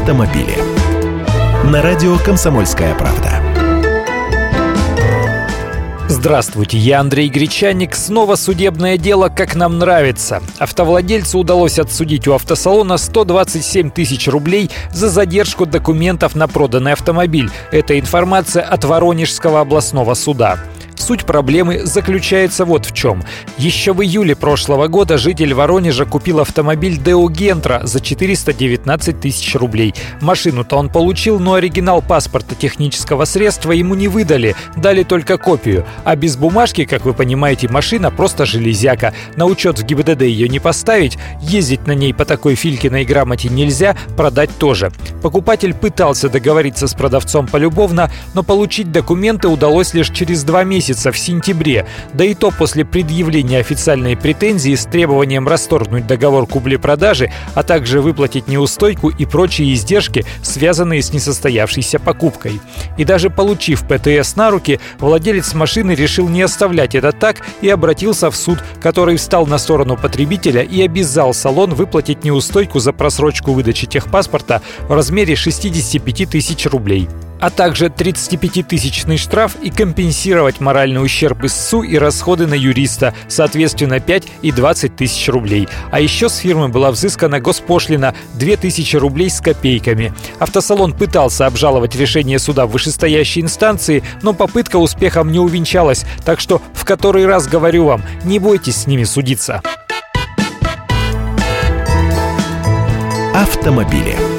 автомобили. На радио «Комсомольская правда». Здравствуйте, я Андрей Гречаник. Снова судебное дело, как нам нравится. Автовладельцу удалось отсудить у автосалона 127 тысяч рублей за задержку документов на проданный автомобиль. Это информация от Воронежского областного суда. Суть проблемы заключается вот в чем. Еще в июле прошлого года житель Воронежа купил автомобиль Део Гентра за 419 тысяч рублей. Машину-то он получил, но оригинал паспорта технического средства ему не выдали, дали только копию. А без бумажки, как вы понимаете, машина просто железяка. На учет в ГИБДД ее не поставить, ездить на ней по такой Филькиной грамоте нельзя, продать тоже. Покупатель пытался договориться с продавцом полюбовно, но получить документы удалось лишь через 2 месяца, в сентябре, да и то после предъявления официальной претензии с требованием расторгнуть договор купли-продажи, а также выплатить неустойку и прочие издержки, связанные с несостоявшейся покупкой. И даже получив ПТС на руки, владелец машины решил не оставлять это так и обратился в суд, который встал на сторону потребителя и обязал салон выплатить неустойку за просрочку выдачи техпаспорта в размере 65 тысяч рублей, а также 35-тысячный штраф и компенсировать моральный ущерб истцу и расходы на юриста, соответственно 5 и 20 тысяч рублей. А еще с фирмы была взыскана госпошлина 2000 рублей с копейками. Автосалон пытался обжаловать решение суда в вышестоящей инстанции, но попытка успехом не увенчалась, так что в который раз говорю вам, не бойтесь с ними судиться. Автомобили.